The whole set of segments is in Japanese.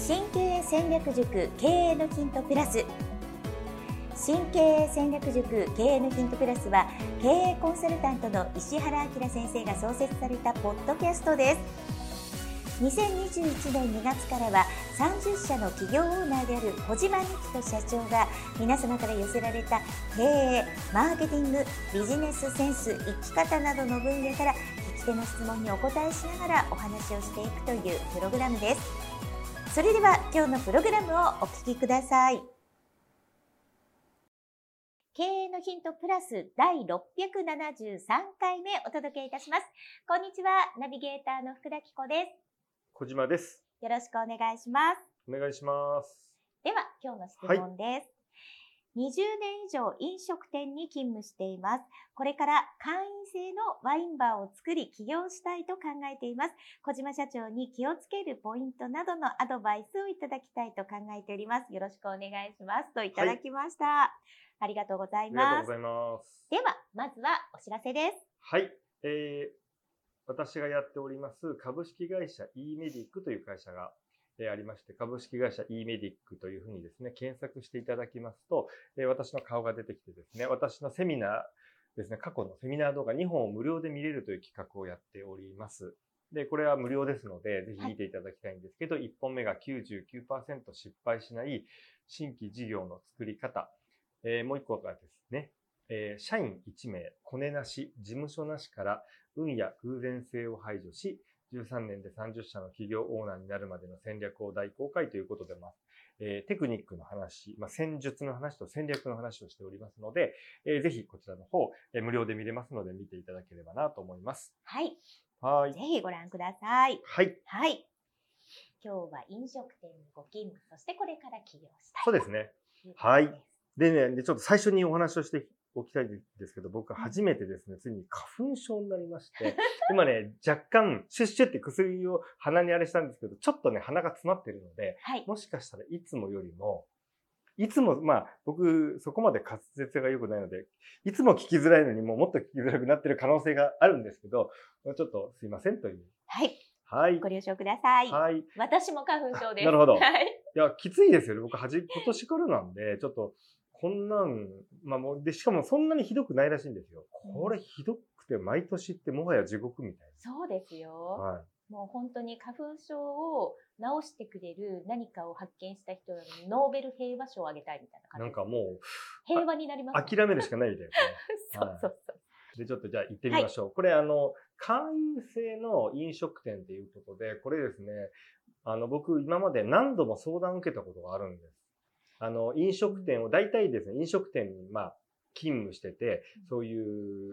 新経営戦略塾経営のヒントプラス。新経営戦略塾経営のヒントプラスは、経営コンサルタントの石原明先生が創設されたポッドキャストです。2021年2月からは30社の企業オーナーである小島美希人社長が、皆様から寄せられた経営、マーケティング、ビジネスセンス、生き方などの分野から聞き手の質問にお答えしながらお話をしていくというプログラムです。それでは今日のプログラムをお聞きください。経営のヒントプラス第673回目お届けいたします。こんにちは、ナビゲーターの福田紀子です。 小島です。 よろしくお願いします。 お願いします。 では今日の質問です。20年以上飲食店に勤務しています。これから会員制のワインバーを作り起業したいと考えています。小島社長に気をつけるポイントなどのアドバイスをいただきたいと考えております。よろしくお願いしますといただきました。ありがとうございます。 ありがとうございます。 ではまずはお知らせです。 はい、私がやっております株式会社 E メディックという会社がありまして、株式会社 E メディックというふうにですね、検索していただきますと、私の顔が出てきてですね、私のセミナーですね、過去のセミナー動画2本を無料で見れるという企画をやっております。で、これは無料ですので、ぜひ見ていただきたいんですけど、1本目が 99% 失敗しない新規事業の作り方。もう1個がですね、社員1名、コネなし、事務所なしから運や偶然性を排除し、13年で30社の企業オーナーになるまでの戦略を大公開ということで、テクニックの話、戦術の話と戦略の話をしておりますので、ぜひこちらの方、無料で見れますので見ていただければなと思います。 はい。 はい。 ぜひご覧ください。 はい。 はい。今日は飲食店にご勤務、そしてこれから起業したい。 そうですね。はい。でね、ちょっと最初にお話をしておきたいんですけど、僕は初めてですね、ついに花粉症になりまして、今ね、若干、シュッシュって薬を鼻にあれしたんですけど、ちょっとね、鼻が詰まってるので、 はい、 もしかしたらいつもよりも、僕、そこまで滑舌が良くないので、いつも聞きづらいのにもっと聞きづらくなってる可能性があるんですけど、ちょっとすいませんという。 はい。 はい。 ご了承ください。 はい。 私も花粉症です。 なるほど。 はい。 いや、きついですよね。僕、今年からなんで、ちょっと、こんなん、で、しかもそんなにひどくないらしいんですよ。これひどくて毎年ってもはや地獄みたいな。 そうですよ。 はい。 もう本当に花粉症を治してくれる何かを発見した人にノーベル平和賞をあげたいみたいな感じ。 なんかもう、 平和になります、 ね。諦めるしかないみたいな、ね。 そうそうそう。 で、ちょっとじゃあ行ってみましょう。はい、これ会員制の飲食店ということで、これですね、僕今まで何度も相談を受けたことがあるんです。飲食店を、大体ですね、飲食店に勤務してて、そういう、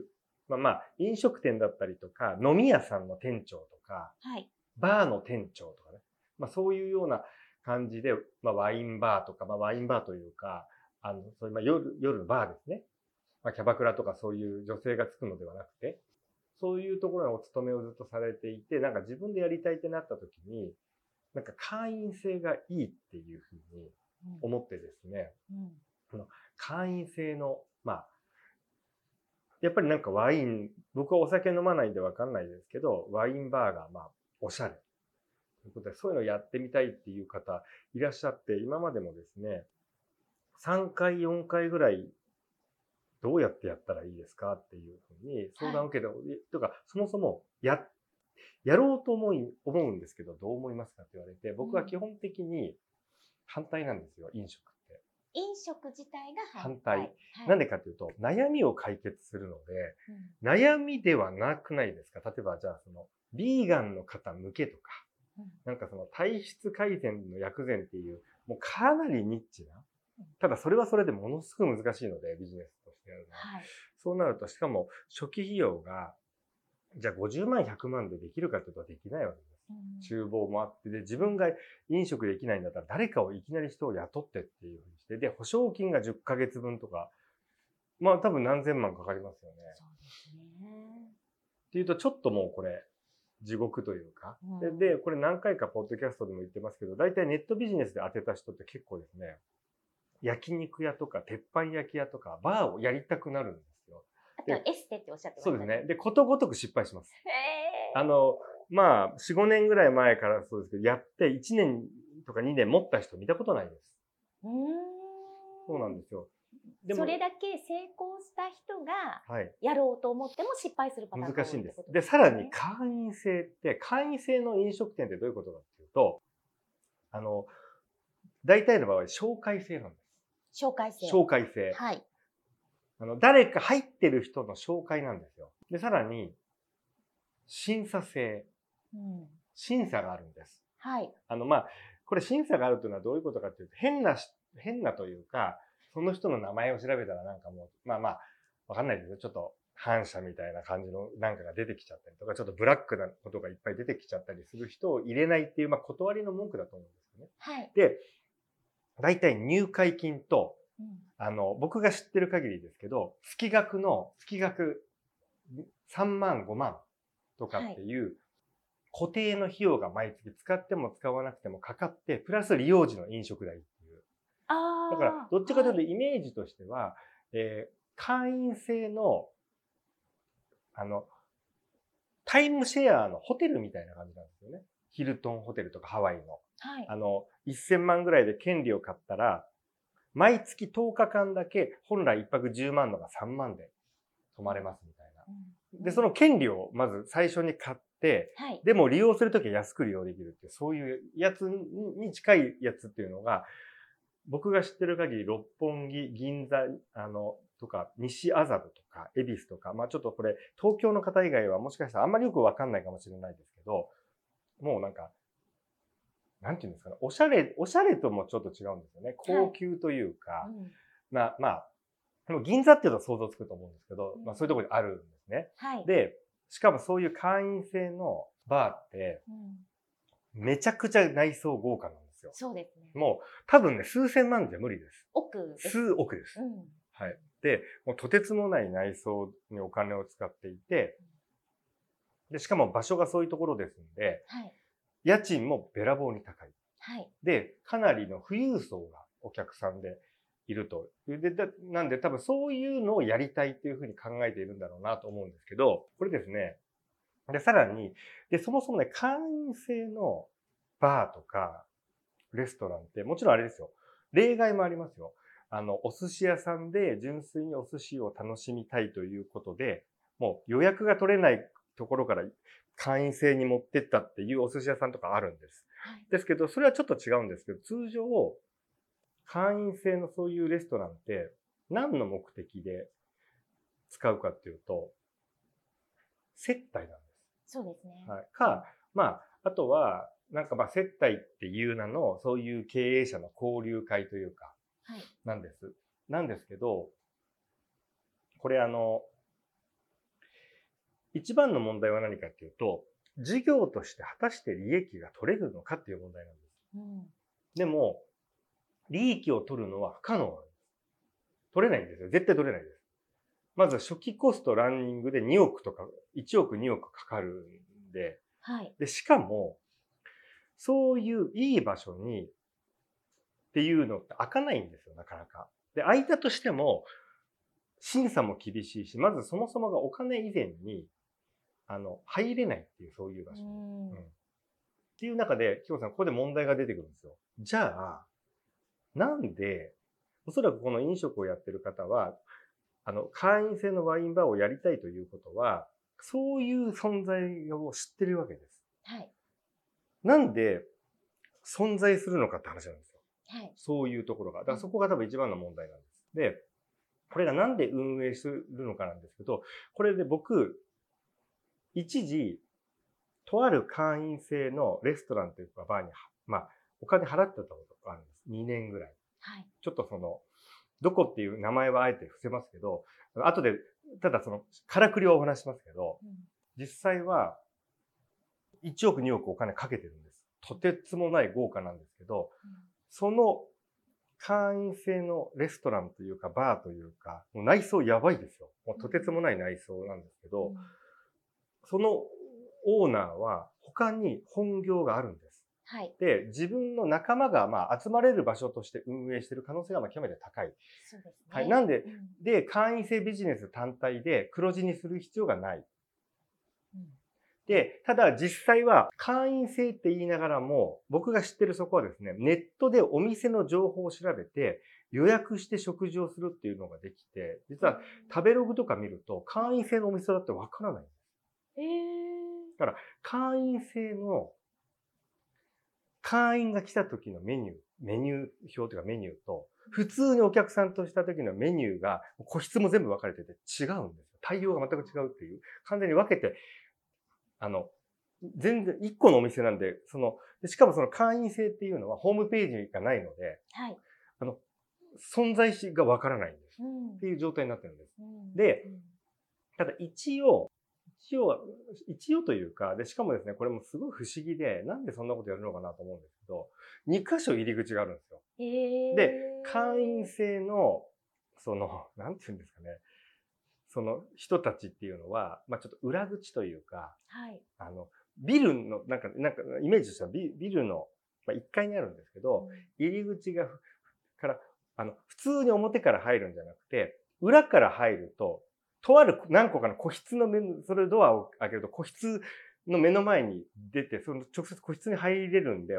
飲食店だったりとか、飲み屋さんの店長とか、 はい、 バーの店長とかね、そういうような感じで、ワインバーとか、ワインバーというか、そういう夜のバーですね。キャバクラとかそういう女性がつくのではなくて、そういうところにお勤めをずっとされていて、なんか自分でやりたいってなった時に、なんか会員制がいいっていうふうに思ってですね、会員制の、やっぱりなんかワイン、僕はお酒飲まないんでわかんないですけど、ワインバーがおしゃれ。ということで、そういうのをやってみたいっていう方いらっしゃって、今までもですね、3回、4回ぐらい、どうやってやったらいいですかっていうふうに相談を受けた、とか、そもそもやろうと思うんですけど、どう思いますかって言われて、僕は基本的に反対なんですよ、飲食って。 飲食自体が反対。なんでかというと、悩みを解決するので、悩みではなくないですか。例えば、じゃあ、ビーガンの方向けとか、なんか体質改善の薬膳っていう、もうかなりニッチな。ただ、それはそれでものすごい難しいので、ビジネスとしてやるのは。はい、そうなると、しかも、初期費用が、じゃあ50万、100万でできるかというとできないわけです。厨房もあって、で、自分が飲食できないんだったら、誰かをいきなり人を雇ってっていうふうにして、で、保証金が10ヶ月分とか、多分何千万かかりますよね。 そうですね。 っていうと、ちょっともうこれ、地獄というか。で、これ何回かポッドキャストでも言ってますけど、大体ネットビジネスで当てた人って結構ですね、焼肉屋とか鉄板焼き屋とかバーをやりたくなるんですよ。 あとエステっておっしゃってましたね。 そうですね。で、ことごとく失敗します。4、5年ぐらい前からそうですけど、やって1年とか2年持った人見たことないです。 うーん。 そうなんですよ。でもそれだけ成功した人がはい、 やろうと思っても失敗するパターンが難しいんです。 多いってことで、 ですね。 さらに会員制って、会員制の飲食店ってどういうことかっていうと、大体の場合、紹介制なんです。 紹介制。 紹介制。 はい。 誰か入ってる人の紹介なんですよ。で、さらに、審査制。 うん、 審査があるんです。 はい。 これ審査があるというのはどういうことかというと、変なというか、その人の名前を調べたらなんかもう、わかんないですよ。ちょっと反社みたいな感じのなんかが出てきちゃったりとか、ちょっとブラックなことがいっぱい出てきちゃったりする人を入れないっていう、断りの文句だと思うんですよね。 はい。 で、大体入会金と、 うん、 僕が知ってる限りですけど、月額3万、5万とかっていう固定の費用が毎月使っても使わなくてもかかって、プラス利用時の飲食代っていう。だから、どっちかというとイメージとしては、会員制の、タイムシェアのホテルみたいな感じなんですよね。ヒルトンホテルとかハワイの。 はい。 1000万ぐらいで権利を買ったら、毎月10日間だけ本来1泊10万のが3万で泊まれますみたいな。で、その権利をまず最初に買って、 はい、 でも利用するときは安く利用できるっていう、そういうやつに近いやつっていうのが、僕が知ってる限り六本木、銀座、とか、西麻布とか、恵比寿とか、ちょっとこれ、東京の方以外はもしかしたらあんまりよくわかんないかもしれないですけど、もうなんか、なんていうんですかね、おしゃれともちょっと違うんですよね。高級というか、でも銀座っていうと想像つくと思うんですけど、そういうところにあるんですね。 はい。 で、しかもそういう会員制のバーって、めちゃくちゃ内装豪華なんですよ。 そうですね。 もう多分ね、数千万じゃ無理です。 億です。 数億です。はい。で、もうとてつもない内装にお金を使っていて、で、しかも場所がそういうところですんで、 はい、 家賃もべらぼうに高い。 はい。 で、かなりの富裕層がお客さんでいると。なんで多分そういうのをやりたいっていうふうに考えているんだろうなと思うんですけど、これですね。で、さらに、そもそもね、会員制のバーとかレストランってもちろんあれですよ。例外もありますよ。お寿司屋さんで純粋にお寿司を楽しみたいということで、もう予約が取れないところから会員制に持ってったっていうお寿司屋さんとかあるんです。はい、ですけど、それはちょっと違うんですけど、通常、会員制のそういうレストランって何の目的で使うかっていうと、接待なんです。 そうですね。 はい。あとは、接待っていう名の、そういう経営者の交流会というか、なんです。なんですけど、これ一番の問題は何かっていうと、事業として果たして利益が取れるのかっていう問題なんです。でも、利益を取るのは不可能なんです。取れないんですよ。絶対取れないです。まず初期コストランニングで2億とか、1億2億かかるんで、で、しかも、そういういい場所にっていうのって開かないんですよ、なかなか。で、開いたとしても、審査も厳しいし、まずそもそもがお金以前に、入れないっていう、そういう場所に。っていう中で、キョウさん、ここで問題が出てくるんですよ。じゃあ、なんで、おそらくこの飲食をやってる方は、会員制のワインバーをやりたいということは、そういう存在を知ってるわけです。はい。なんで、存在するのかって話なんですよ。はい。そういうところが。だからそこが多分一番の問題なんです。で、これがなんで運営するのかなんですけど、これで僕、一時、とある会員制のレストランというかバーに、お金払ってたことがあるんです。2年ぐらい。はい。ちょっとどこっていう名前はあえて伏せますけど、後で、ただからくりはお話しますけど、実際は、1億2億お金かけてるんです。とてつもない豪華なんですけど、その会員制のレストランというかバーというか、もう内装やばいですよ。もうとてつもない内装なんですけど、そのオーナーは他に本業があるんです。はい。で、自分の仲間が集まれる場所として運営している可能性が極めて高い。そうですね。はい。なんで、会員制ビジネス単体で黒字にする必要がない。っで、ただ実際は会員制って言いながらも、僕が知ってるそこはですね、ネットでお店の情報を調べて、予約して食事をするっていうのができて、実は食べログとか見ると、会員制のお店だってわからないんです。だから、会員制の、会員が来た時のメニュー表というかメニューと、普通にお客さんとした時のメニューが、個室も全部分かれてて違うんですよ。対応が全く違うっていう。完全に分けて、全然、一個のお店なんで、しかもその会員制っていうのはホームページがないので、 はい。 存在がわからないんです。っていう状態になってるんです。で、ただ一応というか、で、しかもですね、これもすごい不思議で、なんでそんなことやるのかなと思うんですけど、2箇所入り口があるんですよ。で、会員制の、なんていうんですかね、その人たちっていうのは、ちょっと裏口というか、 はい。 ビルの、なんかイメージとしてはビルの、1階にあるんですけど、入り口から、普通に表から入るんじゃなくて、裏から入ると、とある何個かの個室のそれドアを開けると個室の目の前に出て、直接個室に入れるんで、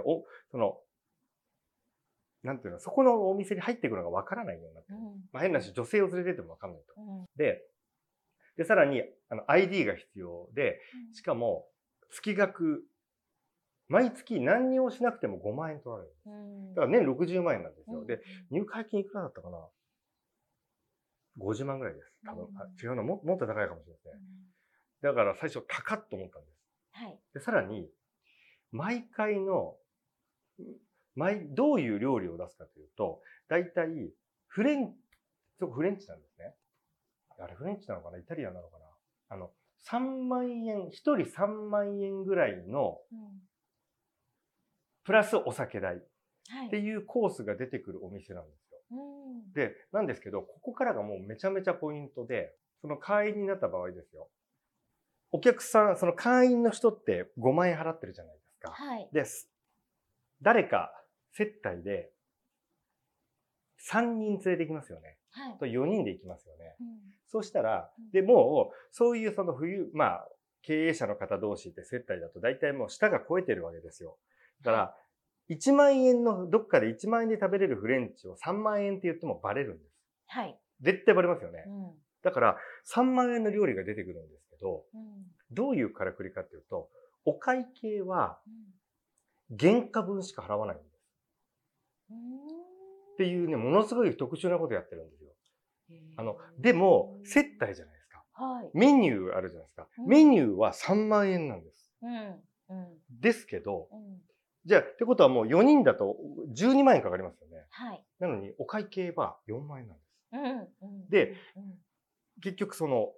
なんていうの、そこのお店に入ってくるのがわからないようになってる。変な話、女性を連れてってもわかんないと。で、さらに、ID が必要で、しかも、月額、毎月何にもしなくても5万円取られるんです。だから年60万円なんですよ。で、入会金いくらだったかな ?50 万ぐらいです。多分。違うのもっと高いかもしれないですね。だから最初高っと思ったんです。 はい。で、 さらに、毎回の、どういう料理を出すかというと、大体、フレンチなんですね。あれフレンチなのかなイタリアンなのかな3万円、1人3万円ぐらいの、プラスお酒代っていうコースが出てくるお店なんですよ。で、なんですけど、ここからがもうめちゃめちゃポイントで、その会員になった場合ですよ。お客さん、その会員の人って5万円払ってるじゃないですか。 はい。 です。誰か接待で3人連れて行きますよね。 はい。 と4人で行きますよね。そうしたら、で、もう、そういう経営者の方同士って接待だと大体もう舌が超えてるわけですよ。だから、1万円の、どっかで1万円で食べれるフレンチを3万円って言ってもバレるんです。 はい。 絶対バレますよね。だから、3万円の料理が出てくるんですけど、どういうからくりかっていうと、お会計は、原価分しか払わないんです。っていうね、ものすごい特殊なことやってるんですよ。でも、接待じゃないですか。 はい。 メニューあるじゃないですか。メニューは3万円なんです。ですけど、じゃあ、ってことはもう4人だと12万円かかりますよね。 はい。 なのに、お会計は4万円なんです。で、結局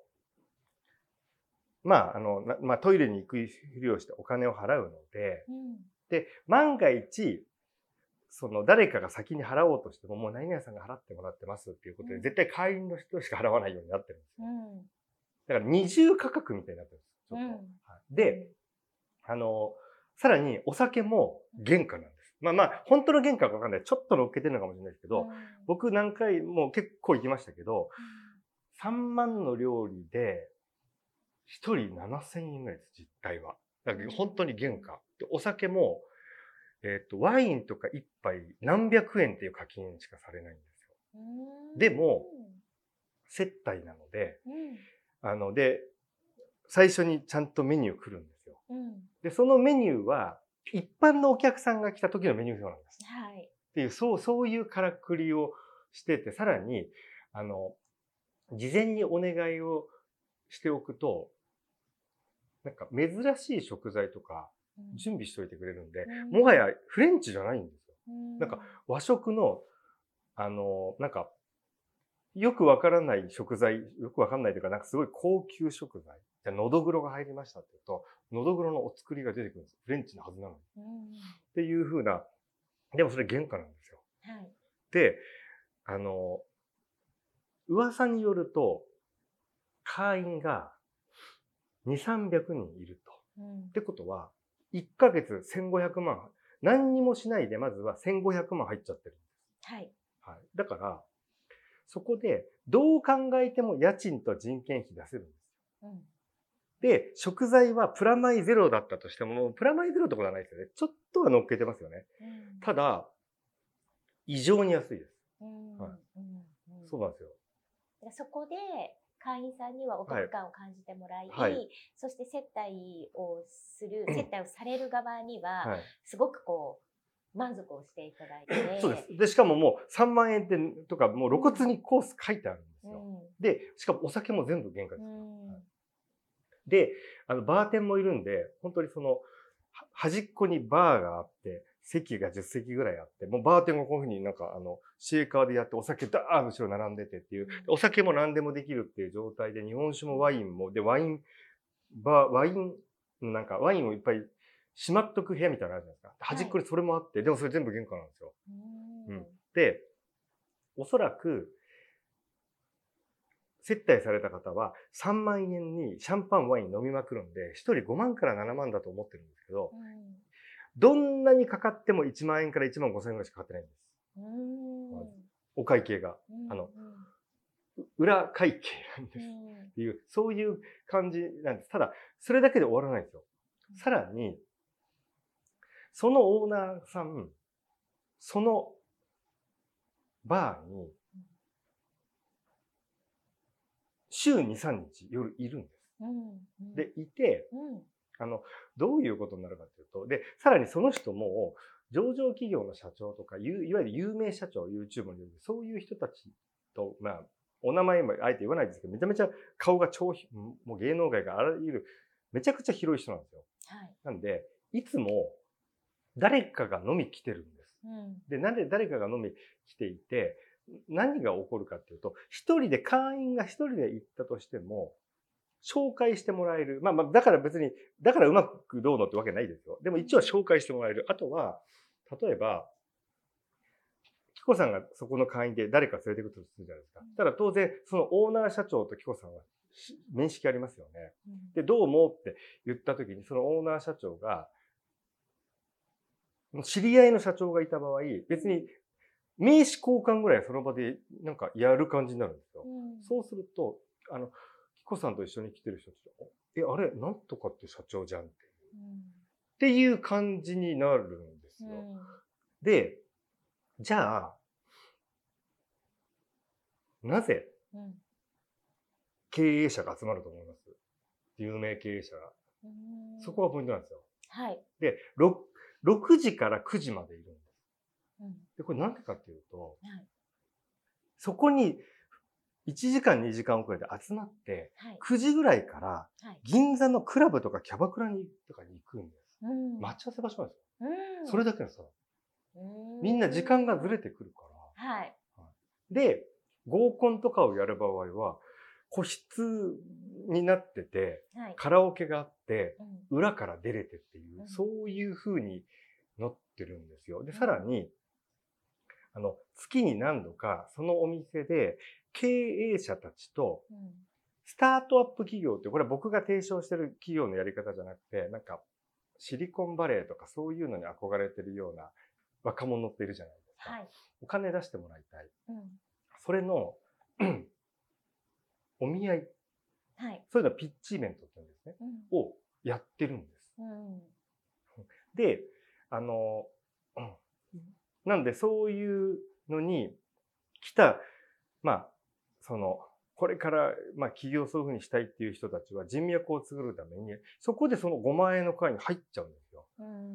トイレに行くふりをしてお金を払うので、で、万が一、誰かが先に払おうとしても、もう何々さんが払ってもらってますっていうことで、絶対会員の人しか払わないようになってるんですよ。だから二重価格みたいになってるんです。ちょっと。で、さらにお酒も原価なんです。本当の原価かわかんない。ちょっと乗っけてるのかもしれないですけど、僕何回も結構行きましたけど、3万の料理で、1人7000円ぐらいです、実態は。だから本当に原価。で、お酒も、ワインとか一杯何百円っていう課金しかされないんですよ。でも、接待なので、で、最初にちゃんとメニュー来るんですよ。で、そのメニューは、一般のお客さんが来た時のメニュー表なんです。 はい。 っていう、そういうからくりをしてて、さらに、事前にお願いをしておくと、なんか珍しい食材とか準備しといてくれるんで、もはやフレンチじゃないんですよ。なんか和食の、なんか、よくわからない食材、よくわかんないというか、なんかすごい高級食材。じゃあ、のどぐろが入りましたって言うと、のどぐろのお作りが出てくるんです。フレンチのはずなのに。っていう風な、でもそれ原価なんですよ。 はい。 で、噂によると、会員が2、300人いると。ってことは、1ヶ月1500万、何にもしないでまずは1500万入っちゃってるんです。 はい。 はい。だから、そこで、どう考えても家賃と人件費出せるんですよ。 で、食材はプラマイゼロだったとしても、プラマイゼロってことはないですよね。ちょっとは乗っけてますよね。ただ、異常に安いです。そうなんですよ。 そこで会員さんにはお得感を感じてもらい、そして接待をされる側には、すごく満足をしていただいて。 そうです。で、しかももう3万円とか、もう露骨にコース書いてあるんですよ。で、しかもお酒も全部原価です。で、バーテンもいるんで、本当に端っこにバーがあって、席が10席ぐらいあって、もうバーテンがこういうふうにシェーカーでやってお酒ダーッ後ろ並んでてっていう、お酒も何でもできるっていう状態で、日本酒もワインも、で、ワインをいっぱいしまっとく部屋みたいなのあるじゃないですか。端っこにそれもあって、でもそれ全部原価なんですよ。で、おそらく、接待された方は3万円にシャンパンワイン飲みまくるんで、1人5万から7万だと思ってるんですけど、どんなにかかっても1万円から1万5千円ぐらいしかかかってないんです。お会計が。裏会計なんです。っていう、そういう感じなんです。ただ、それだけで終わらないんですよ。さらに、そのオーナーさん、そのバーに、週2、3日夜いるんです。で、いて、どういうことになるかというと、で、さらにその人も、上場企業の社長とか、いわゆる有名社長、YouTube にいるそういう人たちと、お名前もあえて言わないですけど、めちゃめちゃ顔がもう芸能界があらゆる、めちゃくちゃ広い人なんですよ。なんで、いつも誰かが飲み来てるんです。で、なんで誰かが飲み来ていて、何が起こるかっていうと、会員が一人で行ったとしても、紹介してもらえる。だからうまくどうのってわけないですよ。でも一応紹介してもらえる。あとは、例えば、キコさんがそこの会員で誰か連れてくるとするじゃないですか。ただ当然、そのオーナー社長とキコさんは面識ありますよね。で、どうもって言った時に、そのオーナー社長が、知り合いの社長がいた場合、別に名刺交換ぐらいその場でやる感じになるんですよ。そうすると、キコさんと一緒に来てる人たちあれ、なんとかって社長じゃんっていう感じになるんですよ。で、じゃあ、なぜ経営者が集まると思います？有名経営者が。そこがポイントなんですよ。で、6時から9時までいるんです。で、これなんでかっていうと、そこに1時間2時間遅れで集まって、9時ぐらいから銀座のクラブとかキャバクラとかに行くんです。待ち合わせ場所なんですよ。それだけですよ。みんな時間がずれてくるから。で、合コンとかをやる場合は、個室になってて、カラオケがあって、裏から出れてっていう、そういう風になってるんですよ。で、さらに、月に何度か、そのお店で、経営者たちと、スタートアップ企業って、これは僕が提唱してる企業のやり方じゃなくて、シリコンバレーとかそういうのに憧れてるような若者っているじゃないですか。お金出してもらいたい。それの、お見合い。そういうのはピッチイベントって言うんですね。をやってるんです。で、なんでそういうのに来た、これから、起業そういうふうにしたいっていう人たちは人脈を作るために、そこでその5万円の会に入っちゃうんですよ。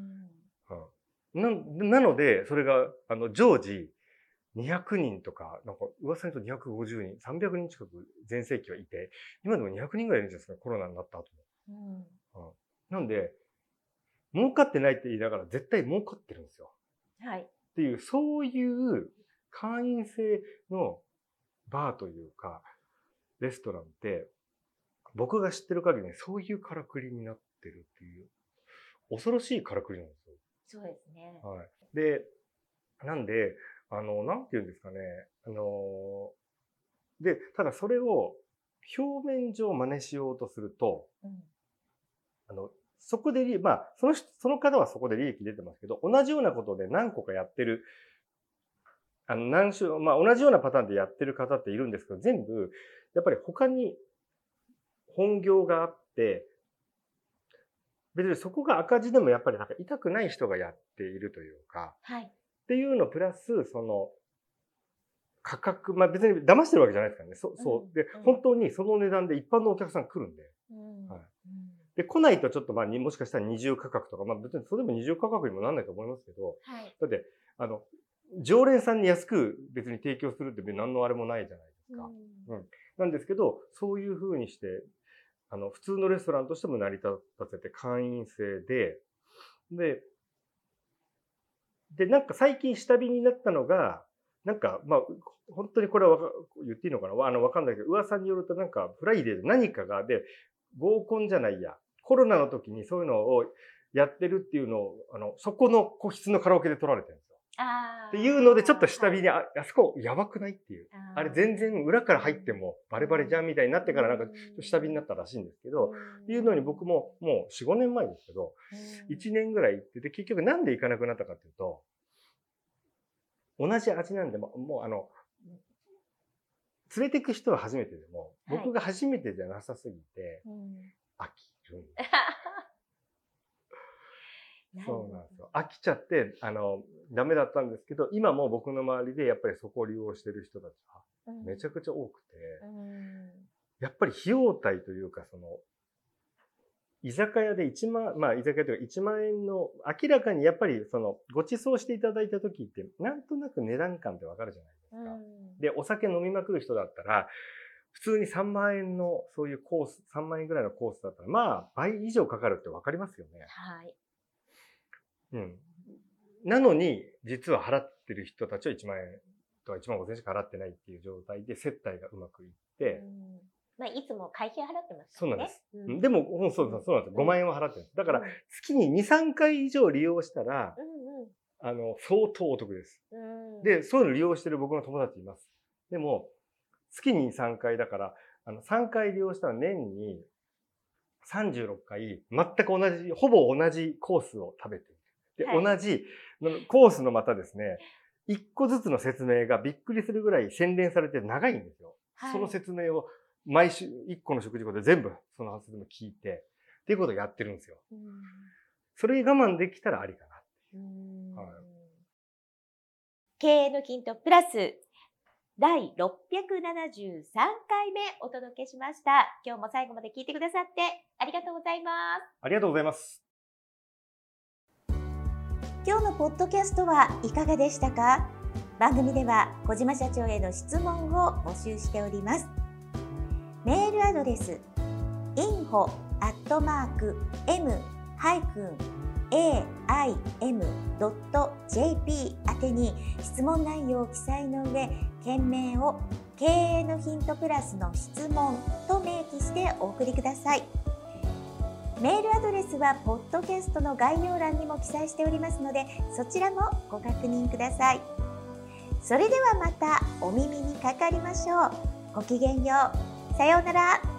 なので、それが、常時200人とか、噂に言うと250人、300人近く全盛期はいて、今でも200人ぐらいいるんですよ、コロナになった後も。なんで、儲かってないって言いながら絶対儲かってるんですよ。っていう、そういう会員制のバーというか、レストランって、僕が知ってる限りね、そういうからくりになってるっていう、恐ろしいからくりなんですよ。 そうですね。 で、なんで、なんて言うんですかね。で、ただそれを表面上真似しようとすると、そこでその方はそこで利益出てますけど、同じようなことで何個かやってる、同じようなパターンでやってる方っているんですけど、全部、やっぱり他に本業があって、 別にそこが赤字でもやっぱりなんか痛くない人がやっているというか、 はい。 っていうのプラス、その、価格、まあ別に騙してるわけじゃないですからね。そう。で、本当にその値段で一般のお客さん来るんで。はい。で、来ないとちょっとまあ、もしかしたら二重価格とか、まあ別にそれでも二重価格にもなんないと思いますけど、 はい。 だって、常連さんに安く別に提供するって何のあれもないじゃないですか。なんですけど、そういう風にして、普通のレストランとしても成り立たせて会員制で、なんか最近下火になったのが、なんか、まあ、本当にこれは言っていいのかなわかんないけど、噂によるとなんか、フライデーで何かが、で、合コンじゃないや、コロナの時にそういうのをやってるっていうのを、そこの個室のカラオケで撮られてるんですよ。っていうので、ちょっと下火に、あそこやばくないっていう。あれ全然裏から入ってもバレバレじゃんみたいになってからなんか下火になったらしいんですけど、いうのに僕ももう4、5年前ですけど、1年ぐらい行ってて、結局なんで行かなくなったかっていうと、同じ味なんで、もう連れて行く人は初めてでも、僕が初めてじゃなさすぎて、飽きるんです。そうなんですよ。飽きちゃって、ダメだったんですけど、今も僕の周りでやっぱりそこを利用してる人たちはめちゃくちゃ多くて、やっぱり費用対というか、居酒屋で1万、まあ居酒屋というか1万円の、明らかにやっぱりご馳走していただいた時って、なんとなく値段感ってわかるじゃないですか。で、お酒飲みまくる人だったら、普通に3万円のそういうコース、3万円ぐらいのコースだったら、まあ倍以上かかるってわかりますよね。 はい。 なのに、実は払ってる人たちは1万円とか1万5千円しか払ってないっていう状態で、接待がうまくいって、 まあ、いつも会費払ってますそうなんです。でも、そうなんです。5万円は払ってるんです。だから、月に2、3回以上利用したら、相当お得です。で、そういうの利用してる僕の友達います。でも、月に3回だから、3回利用したら年に36回、全く同じ、ほぼ同じコースを食べている。で、同じコースのまたですね、1個ずつの説明がびっくりするぐらい洗練されて長いんですよ。その説明を毎週1個の食事後で全部その説明聞いて、っていうことをやってるんですよ。それ我慢できたらありかな。 経営のヒントプラス第673回目お届けしました。今日も最後まで聞いてくださってありがとうございます。 ありがとうございます。 今日のポッドキャストはいかがでしたか？番組では小島社長への質問を募集しております。メールアドレス info@m-aim.jp 宛てに質問内容を記載の上、件名を経営のヒントプラスの質問と明記してお送りください。メールアドレスはポッドキャストの概要欄にも記載しておりますので、そちらもご確認ください。それではまたお耳にかかりましょう。ごきげんよう。さようなら。